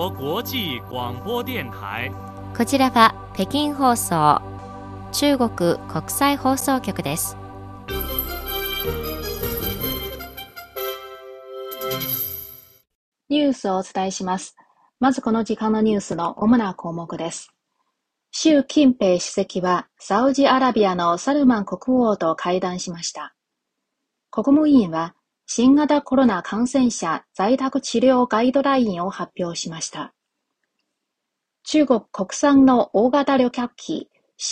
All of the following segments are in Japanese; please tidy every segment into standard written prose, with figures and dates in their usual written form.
国国際廣播電台。 こちらは北京放送、中国国際放送局です。 ニュースをお伝えします。まずこの時間のニュースの主な項目です。習近平主席はサウジアラビアのサルマン国王と会談しました。国務院は新型コロナ感染者在宅治療ガイドラインを発表しました。中国国産の大型旅客機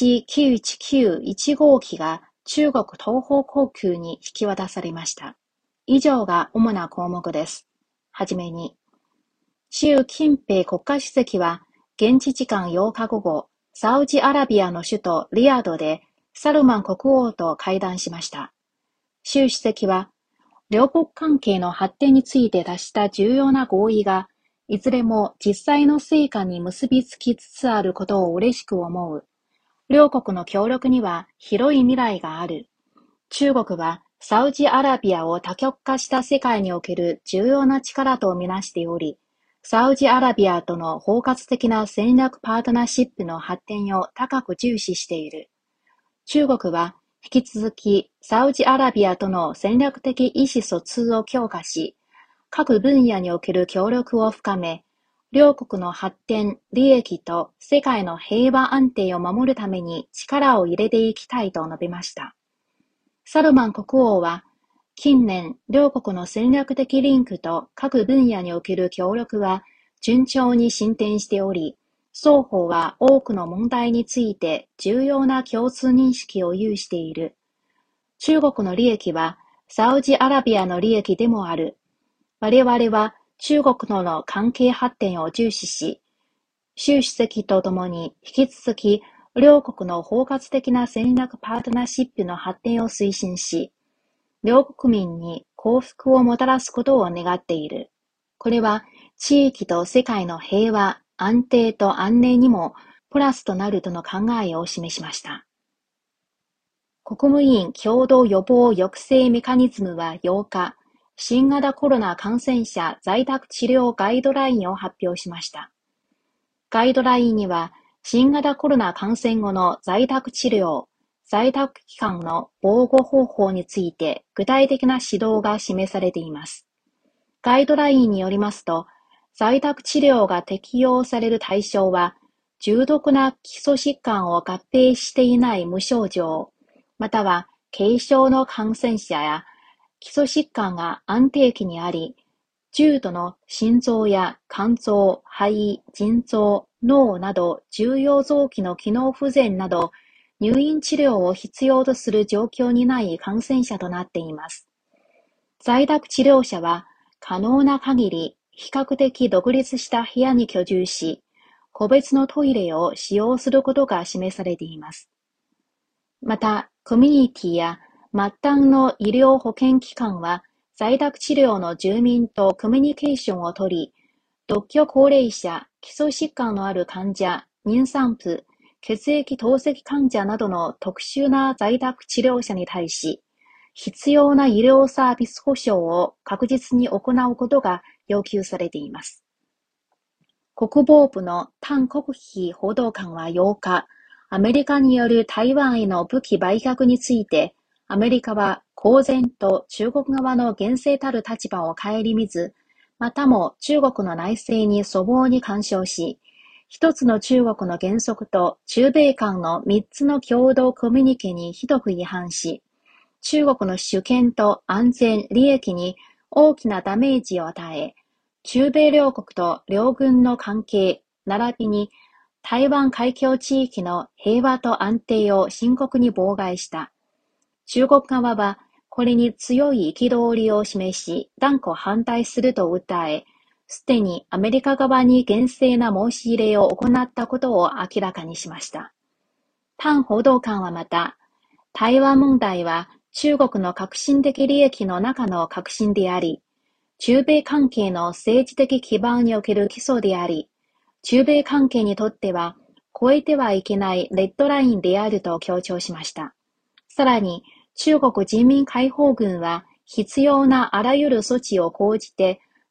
C919-1 号機が中国東方航空に引き渡されました。以上が主な項目です。はじめに、習近平国家主席は現地時間8日午後、サウジアラビアの首都リヤドでサルマン国王と会談しました。習主席は、両国関係の発展について達した重要な合意が、いずれも実際の成果に結びつきつつあることを嬉しく思う。両国の協力には広い未来がある。中国はサウジアラビアを多極化した世界における重要な力とみなしており、サウジアラビアとの包括的な戦略パートナーシップの発展を高く重視している。中国は引き続きサウジアラビアとの戦略的意思疎通を強化し、各分野における協力を深め、両国の発展、利益と世界の平和安定を守るために力を入れていきたいと述べました。サルマン国王は、近年、両国の戦略的リンクと各分野における協力は順調に進展しており、双方は多くの問題について重要な共通認識を有している。中国の利益はサウジアラビアの利益でもある。我々は中国との関係発展を重視し、習主席とともに引き続き両国の包括的な戦略パートナーシップの発展を推進し、両国民に幸福をもたらすことを願っている。これは地域と世界の平和、安定と安寧にもプラスとなるとの考えを示しました。国務院共同予防抑制メカニズムは8日、新型コロナ感染者在宅治療ガイドラインを発表しました。ガイドラインには、新型コロナ感染後の在宅治療、在宅期間の防護方法について具体的な指導が示されています。ガイドラインによりますと、在宅治療が適用される対象は、重篤な基礎疾患を合併していない無症状、または軽症の感染者や基礎疾患が安定期にあり、重度の心臓や肝臓、肺、腎臓、脳など重要臓器の機能不全など入院治療を必要とする状況にない感染者となっています。在宅治療者は可能な限り比較的独立した部屋に居住し、個別のトイレを使用することが示されています。また、コミュニティや末端の医療保険機関は在宅治療の住民とコミュニケーションをとり、独居高齢者、基礎疾患のある患者、妊産婦、血液透析患者などの特殊な在宅治療者に対し、必要な医療サービス保障を確実に行うことが要求されています。国防部の譚国輝報道官は8日、アメリカによる台湾への武器売却について、アメリカは公然と中国側の厳正たる立場を顧みず、またも中国の内政に粗暴に干渉し、一つの中国の原則と中米間の3つの共同コミュニケにひどく違反し、中国の主権と安全、利益に大きなダメージを与え、中米両国と両軍の関係、並びに台湾海峡地域の平和と安定を深刻に妨害した。中国側はこれに強い憤りを示し、断固反対すると訴え、すでにアメリカ側に厳正な申し入れを行ったことを明らかにしました。譚報道官はまた、台湾問題は中国の革新的利益の中の革新であり、中米関係の政治的基盤における基礎であり、中米関係にとっては越えてはいけないレッドラインであると強調しました。さらに、中国人民解放軍は必要なあらゆる措置を講じて、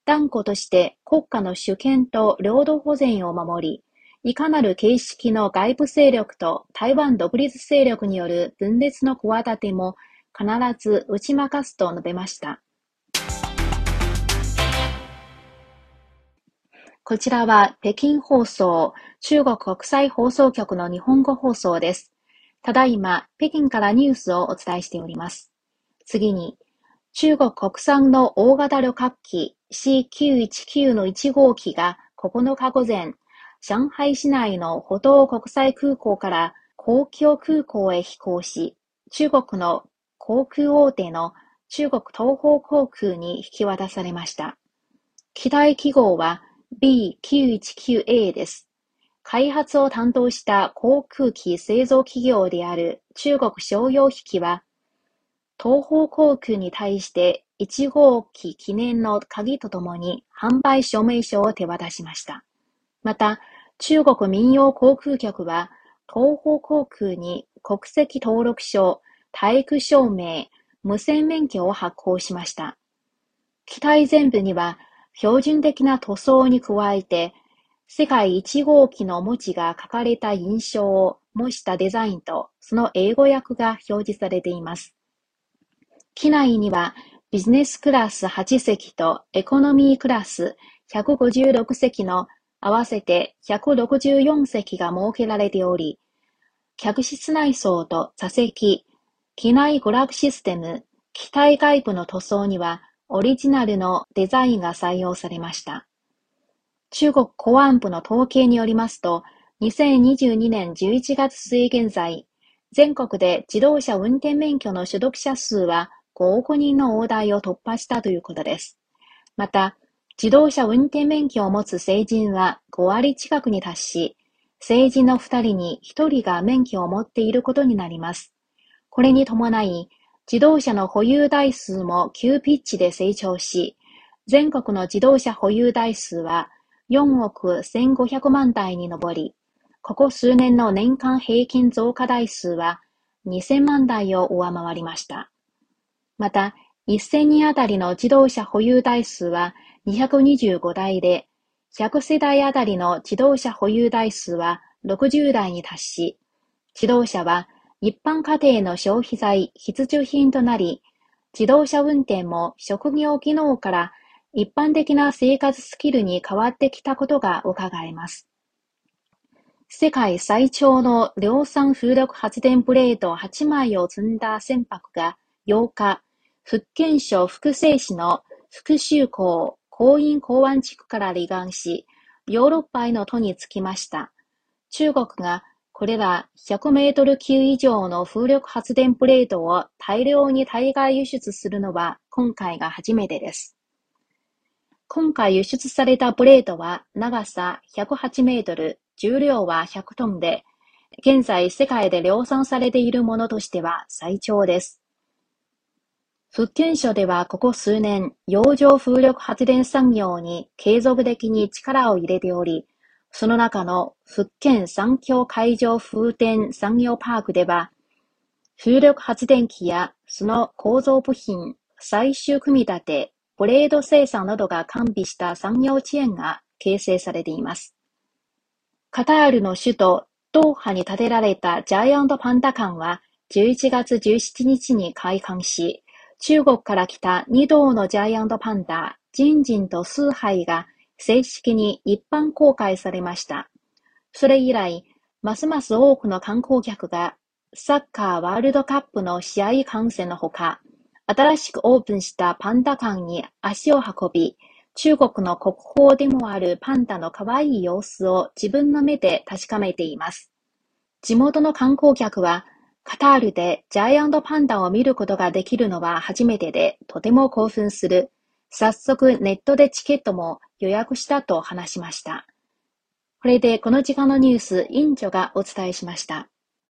断固として国家の主権と領土保全を守り、いかなる形式の外部勢力と台湾独立勢力による分裂の企ても必ず打ち負かすと述べました。こちらは北京放送、中国国際放送局の日本語放送です。ただいま、北京からニュースをお伝えしております。次に、中国国産の大型旅客機 C919 の1号機が9日午前、上海市内の浦東国際空港から公共空港へ飛行し、中国の航空大手の中国東方航空に引き渡されました。機体記号は B919A です。開発を担当した航空機製造企業である中国商用機器は、東方航空に対して1号機記念の鍵とともに販売証明書を手渡しました。また、中国民用航空局は、東方航空に国籍登録書、体育証明、無線免許を発行しました。機体全部には、標準的な塗装に加えて、世界1号機の文字が書かれた印象を模したデザインと、その英語訳が表示されています。機内には、ビジネスクラス8席とエコノミークラス156席の合わせて164席が設けられており、客室内装と座席、機内娯楽システム、機体外部の塗装には、オリジナルのデザインが採用されました。中国公安部の統計によりますと、2022年11月末現在、全国で自動車運転免許の取得者数は5億人の大台を突破したということです。また、自動車運転免許を持つ成人は5割近くに達し、成人の2人に1人が免許を持っていることになります。これに伴い、自動車の保有台数も急ピッチで成長し、全国の自動車保有台数は4億1500万台に上り、ここ数年の年間平均増加台数は2000万台を上回りました。また、1000人あたりの自動車保有台数は225台で、100世代あたりの自動車保有台数は60台に達し、自動車は一般家庭の消費財必需品となり、自動車運転も職業技能から一般的な生活スキルに変わってきたことが伺えます。世界最長の量産風力発電ブレード8枚を積んだ船舶が8日、福建省福清市の福州港江陰港湾地区から離岸し、ヨーロッパへの途につきました。中国がこれら100メートル級以上の風力発電ブレードを大量に対外輸出するのは今回が初めてです。今回輸出されたブレードは長さ108メートル、重量は100トンで、現在世界で量産されているものとしては最長です。福建省ではここ数年、洋上風力発電産業に継続的に力を入れており、その中の福建三峡海上風電産業パークでは、風力発電機やその構造部品、最終組み立て、ブレード生産などが完備した産業チェーンが形成されています。カタールの首都ドーハに建てられたジャイアントパンダ館は11月17日に開館し、中国から来た2頭のジャイアントパンダ、ジンジンとスーハイが正式に一般公開されました。それ以来、ますます多くの観光客がサッカーワールドカップの試合観戦のほか、新しくオープンしたパンダ館に足を運び、中国の国宝でもあるパンダの可愛い様子を自分の目で確かめています。地元の観光客は、カタールでジャイアントパンダを見ることができるのは初めてで、とても興奮する。早速ネットでチケットも予約したと話しました。これでこの時間のニュース、インチョがお伝えしました。